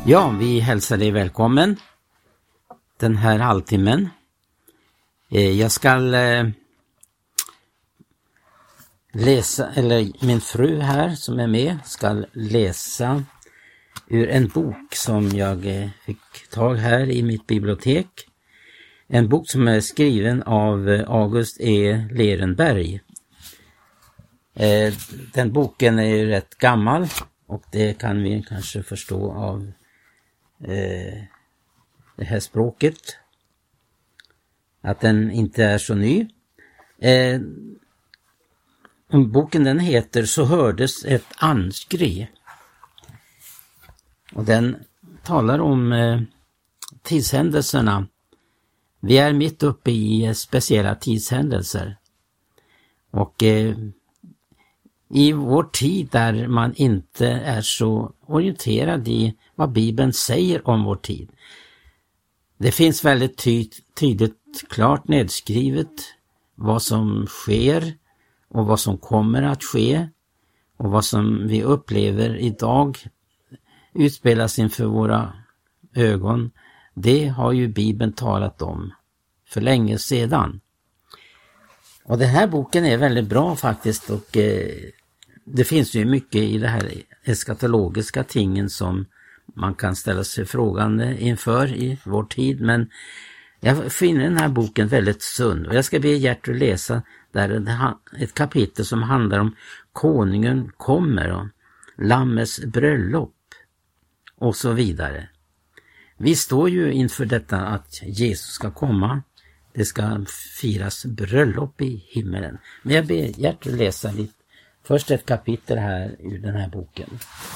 Ja, vi hälsar dig välkommen den här halvtimmen. Jag ska läsa, eller min fru här som är med ska läsa ur en bok som jag fick tag här i mitt bibliotek. En bok som är skriven av August E. Lerenberg. Den boken är ju rätt gammal och det kan vi kanske förstå av det här språket. Att den inte är så ny. Boken den heter Så hördes ett anskri. Och den talar om tidshändelserna. Vi är mitt uppe i speciella tidshändelser. Och i vår tid där man inte är så orienterad i vad Bibeln säger om vår tid. Det finns väldigt tydligt klart nedskrivet vad som sker och vad som kommer att ske och vad som vi upplever idag utspelas inför våra ögon. Det har ju Bibeln talat om för länge sedan. Och den här boken är väldigt bra faktiskt och det finns ju mycket i det här eskatologiska tingen som man kan ställa sig frågande inför i vår tid. Men jag finner den här boken väldigt sund och jag ska be Gert att läsa där ett kapitel som handlar om konungen kommer och lammets bröllop och så vidare. Vi står ju inför detta att Jesus ska komma. Det ska firas bröllop i himmelen. Men jag ber Gert att läsa först ett kapitel här ur den här boken.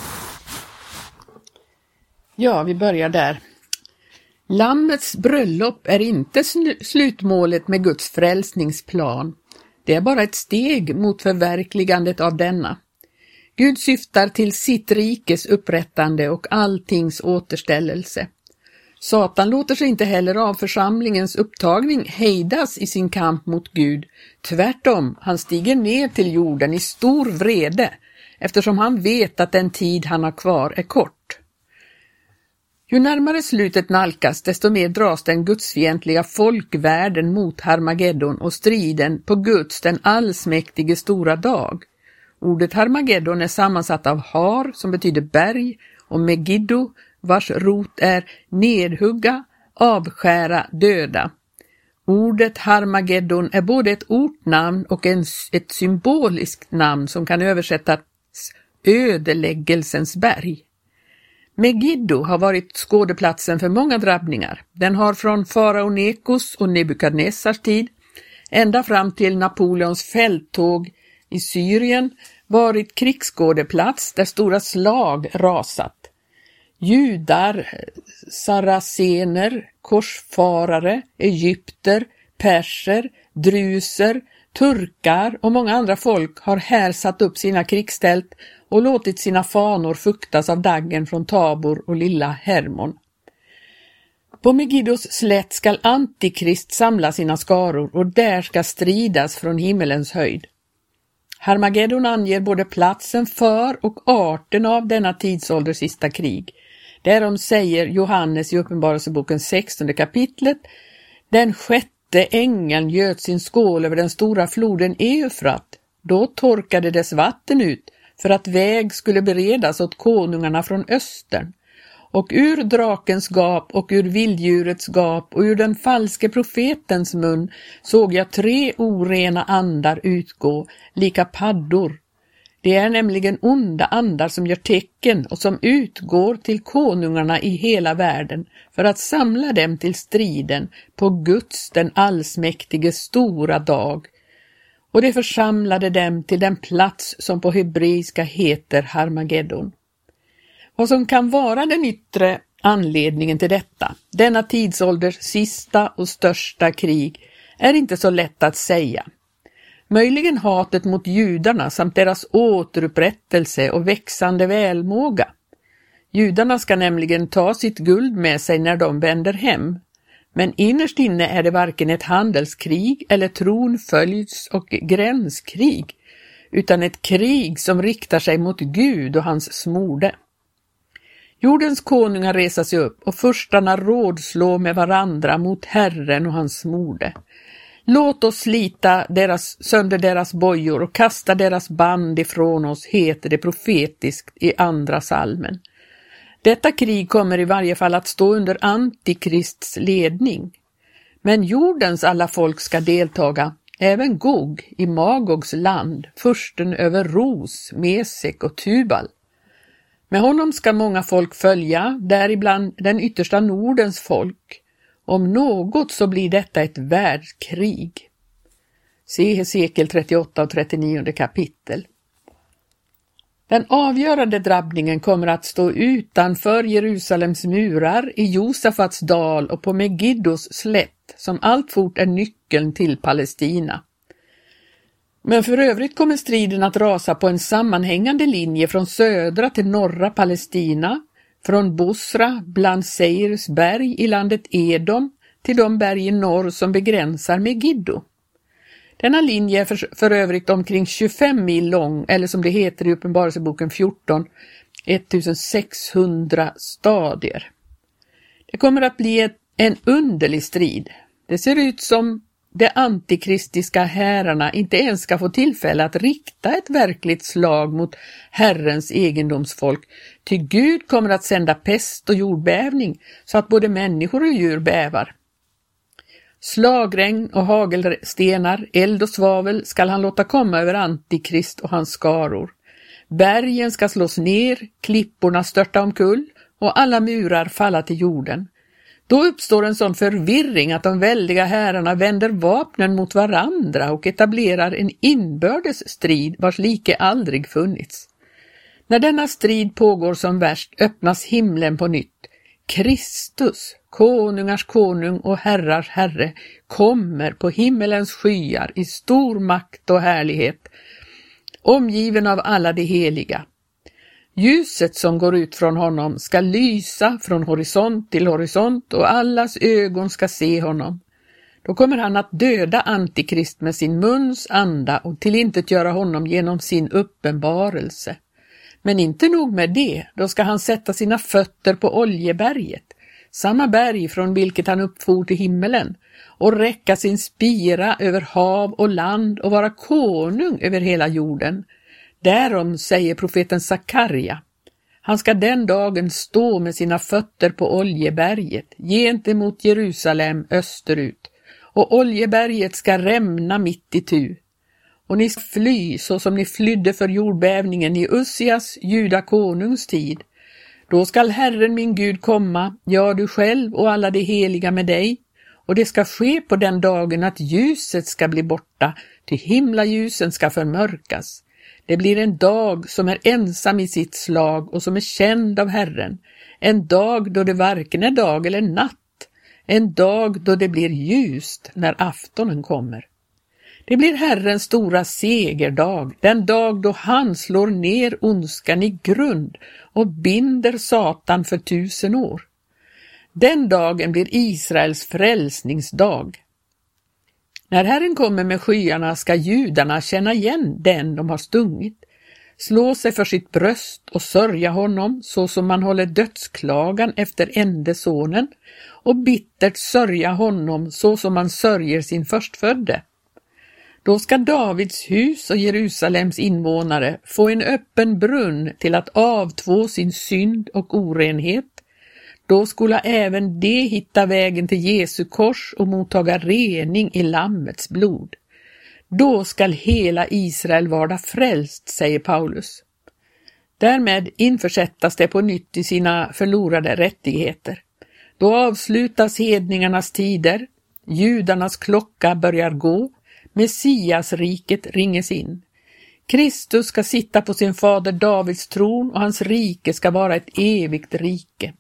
Ja, vi börjar där. Lammets bröllop är inte slutmålet med Guds frälsningsplan. Det är bara ett steg mot förverkligandet av denna. Gud syftar till sitt rikes upprättande och alltings återställelse. Satan låter sig inte heller av församlingens upptagning hejdas i sin kamp mot Gud. Tvärtom, han stiger ner till jorden i stor vrede, eftersom han vet att den tid han har kvar är kort. Ju närmare slutet nalkas, desto mer dras den gudsfientliga folkvärlden mot Harmageddon och striden på Guds, den allsmäktige stora dag. Ordet Harmageddon är sammansatt av har, som betyder berg, och Megiddo, vars rot är nedhugga, avskära, döda. Ordet Harmageddon är både ett ortnamn och ett symboliskt namn som kan översättas ödeläggelsens berg. Megiddo har varit skådeplatsen för många drabbningar. Den har från farao Nekos och Nebukadnessars tid ända fram till Napoleons fälttåg i Syrien varit krigsskådeplats där stora slag rasat. Judar, saracener, korsfarare, egypter, perser, druser, turkar och många andra folk har här satt upp sina krigstält och låtit sina fanor fuktas av daggen från Tabor och lilla Hermon. På Megiddos slätt skall Antikrist samla sina skaror och där ska stridas från himmelens höjd. Harmageddon anger både platsen för och arten av denna tidsålders sista krig. Därom säger Johannes i Uppenbarelseboken 16 kapitlet: Den 6:e ängeln göt sin skål över den stora floden Eufrat. Då torkade dess vatten ut för att väg skulle beredas åt konungarna från östern. Och ur drakens gap och ur vilddjurets gap och ur den falske profetens mun såg jag 3 orena andar utgå, lika paddor. Det är nämligen onda andar som gör tecken och som utgår till konungarna i hela världen för att samla dem till striden på Guds, den allsmäktige stora dag. Och det församlade dem till den plats som på hebreiska heter Harmageddon. Vad som kan vara den yttre anledningen till detta, denna tidsålders sista och största krig, är inte så lätt att säga. Möjligen hatet mot judarna samt deras återupprättelse och växande välmåga. Judarna ska nämligen ta sitt guld med sig när de vänder hem. Men innerst inne är det varken ett handelskrig eller tronföljds- och gränskrig, utan ett krig som riktar sig mot Gud och hans smorde. Jordens konungar reser sig upp och furstarna rådslår med varandra mot Herren och hans mode. Låt oss slita sönder deras bojor och kasta deras band ifrån oss, heter det profetiskt i andra salmen. Detta krig kommer i varje fall att stå under Antikrists ledning. Men jordens alla folk ska deltaga, även Gog i Magogs land, fursten över Ros, Mesek och Tubal. Med honom ska många folk följa, däribland den yttersta Nordens folk. Om något så blir detta ett världskrig. Se Hesekiel 38 och 39 kapitel. Den avgörande drabbningen kommer att stå utanför Jerusalems murar, i Josafats dal och på Megiddos slätt, som alltfort är nyckeln till Palestina. Men för övrigt kommer striden att rasa på en sammanhängande linje från södra till norra Palestina, från Bosra bland Seirs berg i landet Edom till de berg i norr som begränsar Megiddo. Denna linje är för övrigt omkring 25 mil lång, eller som det heter i Uppenbarelseboken 14, 1600 stadier. Det kommer att bli en underlig strid. Det ser ut som de antikristiska herrarna inte ens ska få tillfälle att rikta ett verkligt slag mot Herrens egendomsfolk, ty Gud kommer att sända pest och jordbävning så att både människor och djur bävar. Slagregn och hagelstenar, eld och svavel skall han låta komma över Antikrist och hans skaror. Bergen ska slås ner, klipporna störta omkull och alla murar falla till jorden. Då uppstår en sån förvirring att de väldiga herrarna vänder vapnen mot varandra och etablerar en inbördes strid vars like aldrig funnits. När denna strid pågår som värst öppnas himlen på nytt. Kristus, konungars konung och herrars herre, kommer på himmelens skyar i stor makt och härlighet, omgiven av alla de heliga. Ljuset som går ut från honom ska lysa från horisont till horisont och allas ögon ska se honom. Då kommer han att döda Antikrist med sin muns anda och tillintetgöra honom genom sin uppenbarelse. Men inte nog med det, då ska han sätta sina fötter på Oljeberget, samma berg från vilket han uppfor till himmelen, och räcka sin spira över hav och land och vara konung över hela jorden. Därom säger profeten Sakarja. Han ska den dagen stå med sina fötter på Oljeberget gentemot Jerusalem österut, och Oljeberget ska rämna mitt i tu. Och ni ska fly så som ni flydde för jordbävningen i Ussias, Juda konungs tid. Då skall Herren min Gud komma, ja du själv och alla de heliga med dig, och det ska ske på den dagen att ljuset ska bli borta, till himlaljusen ska förmörkas. Det blir en dag som är ensam i sitt slag och som är känd av Herren. En dag då det varken är dag eller natt. En dag då det blir ljust när aftonen kommer. Det blir Herrens stora segerdag, den dag då han slår ner ondskan i grund och binder Satan för 1000 år. Den dagen blir Israels frälsningsdag. När Herren kommer med skyarna ska judarna känna igen den de har stungit, slå sig för sitt bröst och sörja honom så som man håller dödsklagan efter ende sonen, och bittert sörja honom så som man sörjer sin förstfödde. Då ska Davids hus och Jerusalems invånare få en öppen brunn till att avtvå sin synd och orenhet. Då skulle även de hitta vägen till Jesu kors och mottaga rening i lammets blod. Då skall hela Israel vara frälst, säger Paulus. Därmed införsättas det på nytt i sina förlorade rättigheter. Då avslutas hedningarnas tider, judarnas klocka börjar gå, Messiasriket ringes in. Kristus ska sitta på sin fader Davids tron och hans rike ska vara ett evigt rike.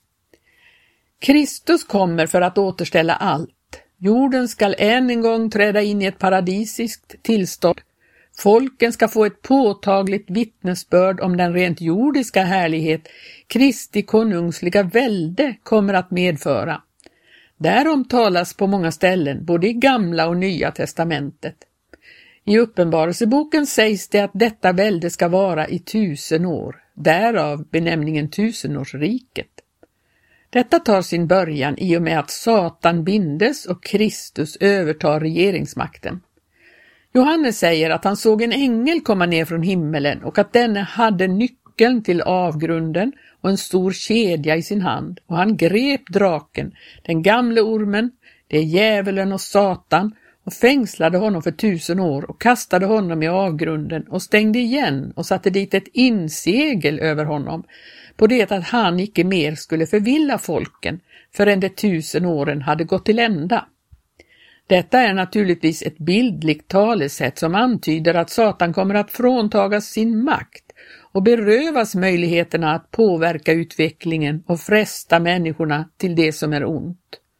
Kristus kommer för att återställa allt. Jorden skall än en gång träda in i ett paradisiskt tillstånd. Folken ska få ett påtagligt vittnesbörd om den rent jordiska härlighet Kristi konungsliga välde kommer att medföra. Därom talas på många ställen, både i Gamla och Nya testamentet. I Uppenbarelseboken sägs det att detta välde ska vara i 1000 år. därav benämningen tusenårsriket. Detta tar sin början i och med att Satan bindes och Kristus övertar regeringsmakten. Johannes säger att han såg en ängel komma ner från himmelen och att denne hade nyckeln till avgrunden och en stor kedja i sin hand, och han grep draken, den gamle ormen, det är djävulen och Satan, och fängslade honom för 1000 år och kastade honom i avgrunden och stängde igen och satte dit ett insegel över honom, på det att han icke mer skulle förvilla folken förrän de 1000 åren hade gått till ända. Detta är naturligtvis ett bildligt talesätt som antyder att Satan kommer att fråntagas sin makt och berövas möjligheterna att påverka utvecklingen och fresta människorna till det som är ont.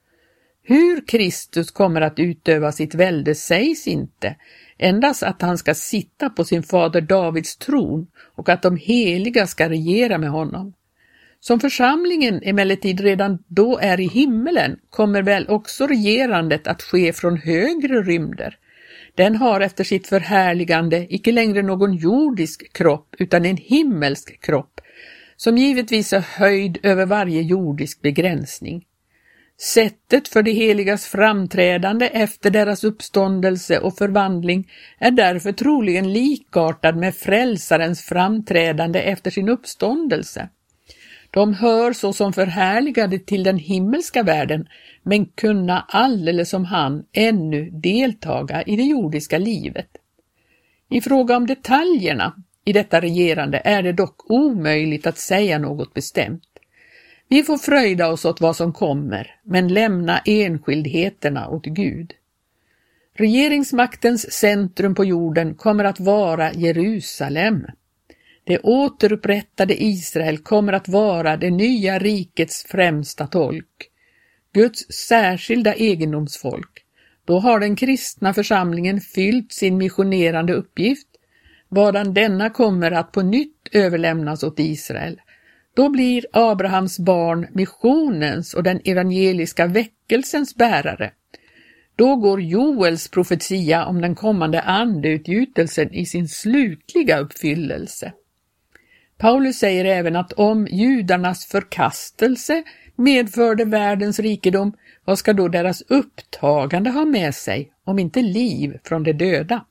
Hur Kristus kommer att utöva sitt välde sägs inte, endast att han ska sitta på sin fader Davids tron och att de heliga ska regera med honom. Som församlingen emellertid redan då är i himmelen kommer väl också regerandet att ske från högre rymder. Den har efter sitt förhärligande icke längre någon jordisk kropp utan en himmelsk kropp, som givetvis är höjd över varje jordisk begränsning. Sättet för de heligas framträdande efter deras uppståndelse och förvandling är därför troligen likartad med frälsarens framträdande efter sin uppståndelse. De hör såsom förhärligade till den himmelska världen, men kunna alldeles som han ännu deltaga i det jordiska livet. I fråga om detaljerna i detta regerande är det dock omöjligt att säga något bestämt. Vi får fröjda oss åt vad som kommer, men lämna enskildheterna åt Gud. Regeringsmaktens centrum på jorden kommer att vara Jerusalem. Det återupprättade Israel kommer att vara det nya rikets främsta tolk, Guds särskilda egendomsfolk. Då har den kristna församlingen fyllt sin missionerande uppgift, vadan denna kommer att på nytt överlämnas åt Israel. Då blir Abrahams barn missionens och den evangeliska väckelsens bärare. Då går Joels profetia om den kommande andeutgjutelsen i sin slutliga uppfyllelse. Paulus säger även att om judarnas förkastelse medförde världens rikedom, vad ska då deras upptagande ha med sig, om inte liv från de döda?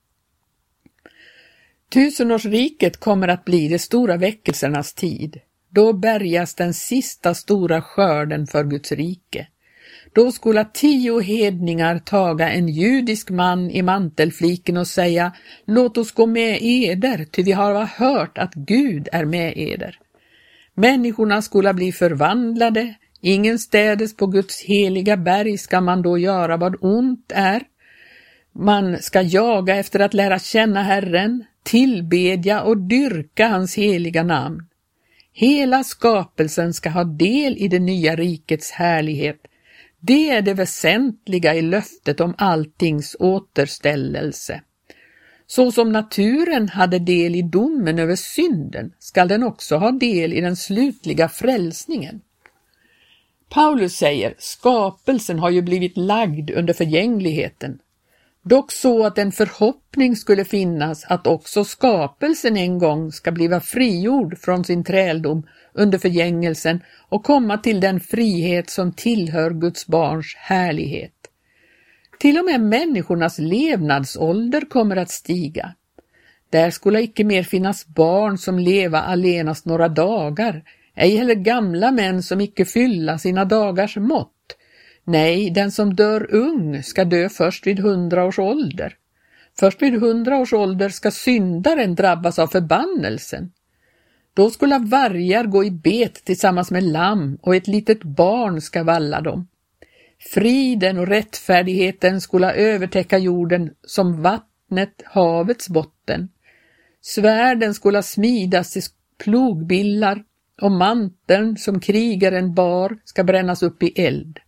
Tusenårsriket kommer att bli de stora väckelsernas tid. Då bärgas den sista stora skörden för Guds rike. Då skola 10 hedningar taga en judisk man i mantelfliken och säga: låt oss gå med eder, ty vi har hört att Gud är med eder. Människorna skola bli förvandlade, ingenstädes på Guds heliga berg ska man då göra vad ont är. Man ska jaga efter att lära känna Herren, tillbedja och dyrka hans heliga namn. Hela skapelsen ska ha del i det nya rikets härlighet. Det är det väsentliga i löftet om alltings återställelse. Så som naturen hade del i domen över synden, skall den också ha del i den slutliga frälsningen. Paulus säger: skapelsen har ju blivit lagd under förgängligheten. Dock så att en förhoppning skulle finnas att också skapelsen en gång ska bliva frigjord från sin träldom under förgängelsen och komma till den frihet som tillhör Guds barns härlighet. Till och med människornas levnadsålder kommer att stiga. Där skulle icke mer finnas barn som leva allenast några dagar, ej heller gamla män som icke fylla sina dagars mått. Nej, den som dör ung ska dö först vid 100 års ålder. Först vid 100 års ålder ska syndaren drabbas av förbannelsen. Då skulle vargar gå i bet tillsammans med lamm och ett litet barn ska valla dem. Friden och rättfärdigheten skulle övertäcka jorden som vattnet havets botten. Svärden skulle smidas till plogbillar och manteln som krigaren bar ska brännas upp i eld.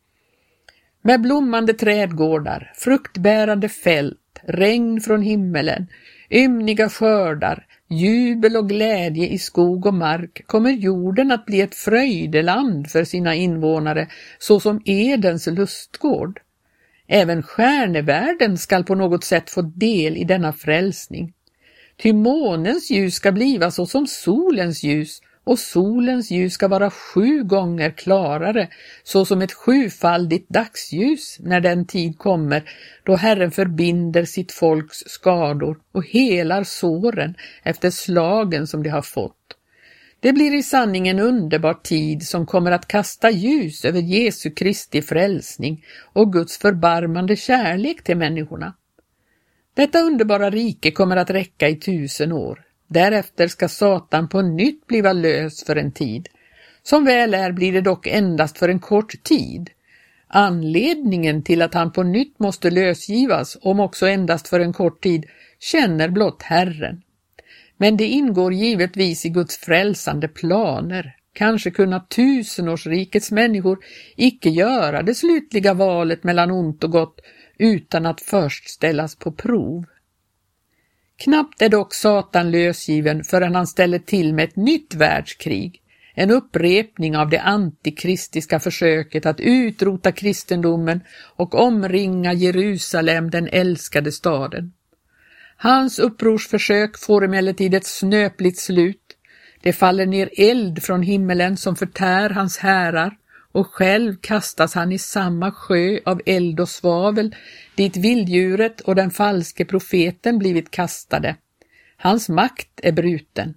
Med blommande trädgårdar, fruktbärande fält, regn från himmelen, ymniga skördar, jubel och glädje i skog och mark kommer jorden att bli ett fröjdeland för sina invånare, såsom Edens lustgård. Även stjärnevärlden skall på något sätt få del i denna frälsning. Ty månens ljus ska bliva så som solens ljus, och solens ljus ska vara 7 gånger klarare, så som ett 7-faldigt dagsljus när den tid kommer då Herren förbinder sitt folks skador och helar såren efter slagen som de har fått. Det blir i sanning en underbar tid som kommer att kasta ljus över Jesu Kristi frälsning och Guds förbarmande kärlek till människorna. Detta underbara rike kommer att räcka i 1000 år. Därefter ska Satan på nytt bliva lös för en tid. Som väl är blir det dock endast för en kort tid. Anledningen till att han på nytt måste lösgivas, om också endast för en kort tid, känner blott Herren. Men det ingår givetvis i Guds frälsande planer. Kanske kunna 1000-årsrikets människor icke göra det slutliga valet mellan ont och gott utan att först ställas på prov. Knappt är dock Satan lösgiven förrän han ställer till med ett nytt världskrig, en upprepning av det antikristiska försöket att utrota kristendomen och omringa Jerusalem, den älskade staden. Hans upprorsförsök får emellertid ett snöpligt slut. Det faller ner eld från himmelen som förtär hans härar, och själv kastas han i samma sjö av eld och svavel dit vilddjuret och den falske profeten blivit kastade. Hans makt är bruten.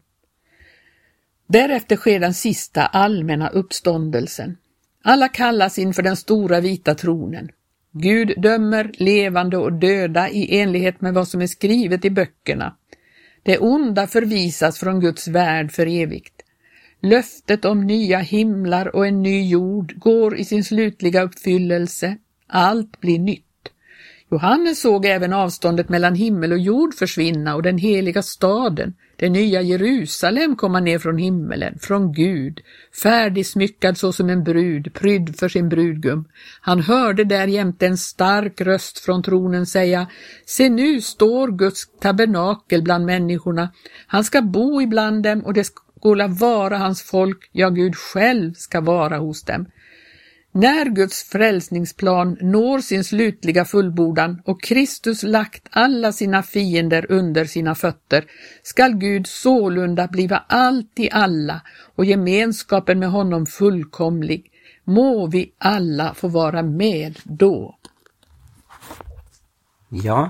Därefter sker den sista allmänna uppståndelsen. Alla kallas inför den stora vita tronen. Gud dömer levande och döda i enlighet med vad som är skrivet i böckerna. Det onda förvisas från Guds värld för evigt. Löftet om nya himlar och en ny jord går i sin slutliga uppfyllelse. Allt blir nytt. Johannes såg även avståndet mellan himmel och jord försvinna och den heliga staden, det nya Jerusalem, komma ner från himmelen, från Gud, färdigsmyckad så som en brud, prydd för sin brudgum. Han hörde därjämte en stark röst från tronen säga: Se, nu står Guds tabernakel bland människorna. Han ska bo ibland dem och det skola vara hans folk, ja, Gud själv ska vara hos dem. När Guds frälsningsplan når sin slutliga fullbordan och Kristus lagt alla sina fiender under sina fötter, skall Gud sålunda bliva allt i alla och gemenskapen med honom fullkomlig. Må vi alla få vara med då. Ja,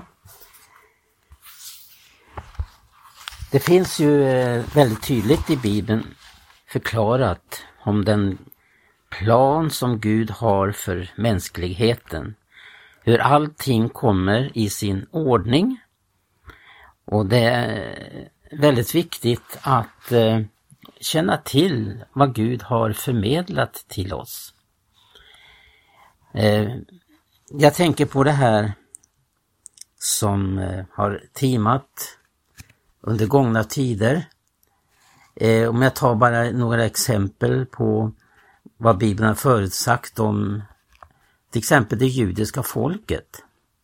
det finns ju väldigt tydligt i Bibeln förklarat om den plan som Gud har för mänskligheten. Hur allting kommer i sin ordning. Och det är väldigt viktigt att känna till vad Gud har förmedlat till oss. Jag tänker på det här som har temat under gångna tider. Om jag tar bara några exempel på vad Bibeln har förutsagt om till exempel det judiska folket.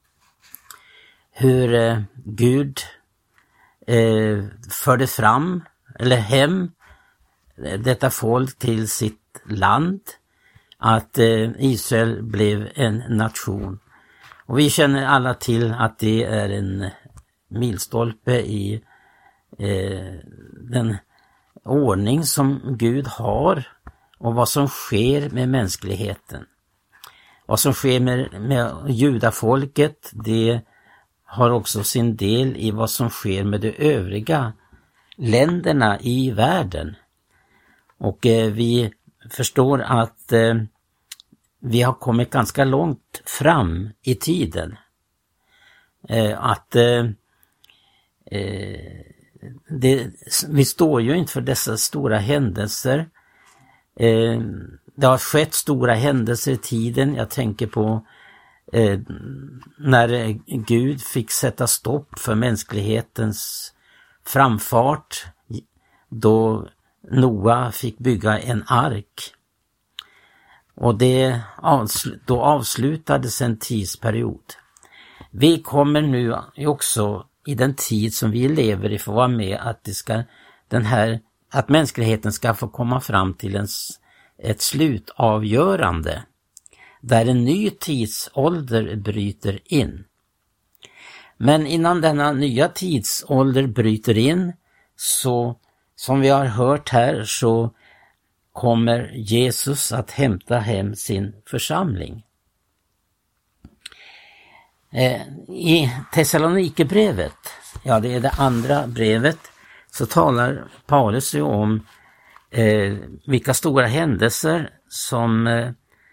Hur Gud förde fram eller hem detta folk till sitt land. Att Israel blev en nation. Och vi känner alla till att det är en milstolpe i den ordning som Gud har och vad som sker med mänskligheten. Vad som sker med judafolket, det har också sin del i vad som sker med de övriga länderna i världen. Och vi förstår att vi har kommit ganska långt fram i tiden. Vi står ju inför dessa stora händelser. Det har skett stora händelser i tiden. Jag tänker på när Gud fick sätta stopp för mänsklighetens framfart, då Noa fick bygga en ark. Och då avslutades en tidsperiod. Vi kommer nu också i den tid som vi lever i få vara med att mänskligheten ska få komma fram till ett slutavgörande där en ny tidsålder bryter in. Men innan denna nya tidsålder bryter in, så som vi har hört här, så kommer Jesus att hämta hem sin församling. I Thessalonikerbrevet, ja det är det andra brevet, så talar Paulus ju om vilka stora händelser som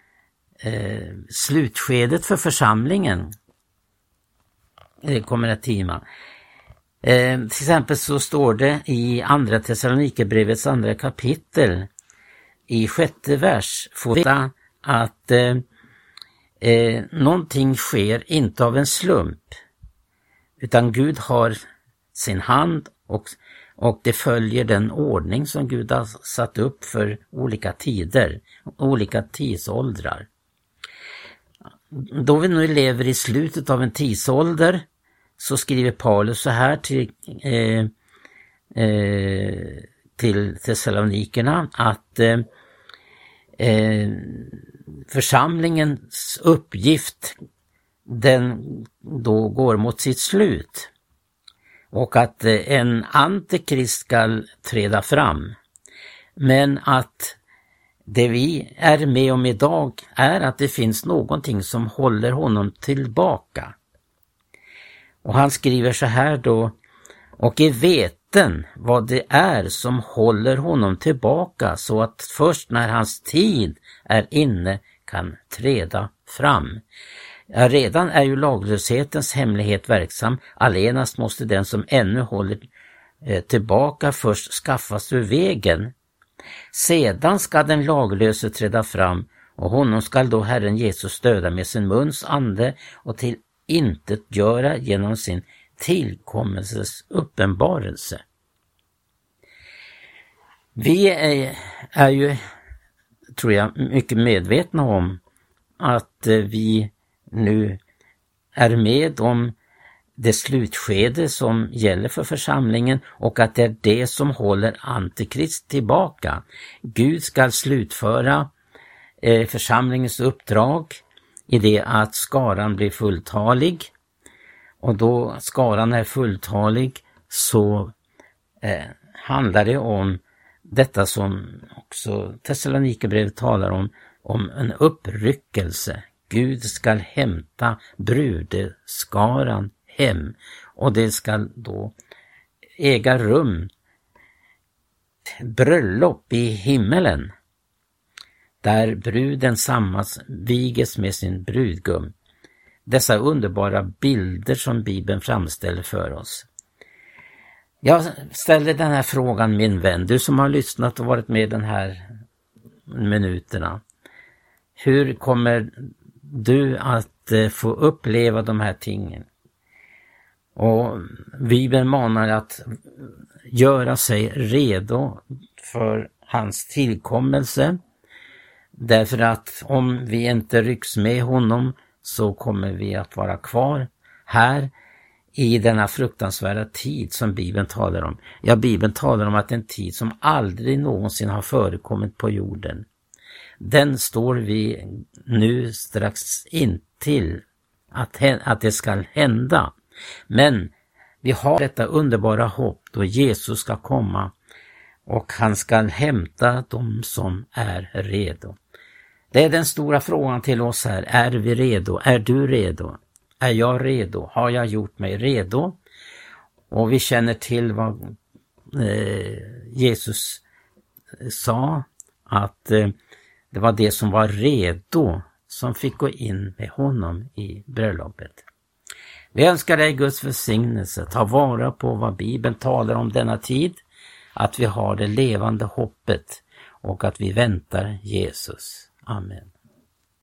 slutskedet för församlingen kommer att tima. Till exempel så står det i andra Thessalonikerbrevets andra kapitel i 6:e vers får vi veta att någonting sker inte av en slump, utan Gud har sin hand och det följer den ordning som Gud har satt upp för olika tider, olika tidsåldrar. Då vi nu lever i slutet av en tidsålder, så skriver Paulus så här till Thessalonikerna att församlingens uppgift den då går mot sitt slut och att en antikrist ska träda fram, men att det vi är med om idag är att det finns någonting som håller honom tillbaka. Och han skriver så här då: och i veten vad det är som håller honom tillbaka, så att först när hans tid är inne kan träda fram. Ja, redan är ju laglöshetens hemlighet verksam, allenast måste den som ännu håller tillbaka först skaffas ur vägen. Sedan ska den laglöse träda fram, och honom skall då Herren Jesus döda med sin muns ande och till intet göra genom sin tillkommelses uppenbarelse. Vi är ju, tror jag, mycket medvetna om att vi nu är med om det slutskede som gäller för församlingen och att det är det som håller antikrist tillbaka. Gud ska slutföra församlingens uppdrag i det att skaran blir fulltalig, och då skaran är fulltalig så handlar det om detta som också Thessalonikerbrevet talar om en uppryckelse. Gud ska hämta brudeskaran hem, och det ska då äga rum bröllop i himmelen där bruden sammanviges med sin brudgum. Dessa underbara bilder som Bibeln framställer för oss. Jag ställer den här frågan, min vän, du som har lyssnat och varit med den här minuterna. Hur kommer du att få uppleva de här tingen? Och Bibeln manar att göra sig redo för hans tillkommelse. Därför att om vi inte rycks med honom så kommer vi att vara kvar här i denna fruktansvärda tid som Bibeln talar om. Ja, Bibeln talar om att en tid som aldrig någonsin har förekommit på jorden. Den står vi nu strax intill att det ska hända. Men vi har detta underbara hopp då Jesus ska komma och han ska hämta dem som är redo. Det är den stora frågan till oss här. Är vi redo? Är du redo? Är jag redo? Har jag gjort mig redo? Och vi känner till vad Jesus sa, att det var det som var redo som fick gå in med honom i bröllopet. Vi önskar dig Guds välsignelse. Ta vara på vad Bibeln talar om denna tid, att vi har det levande hoppet och att vi väntar Jesus. Amen.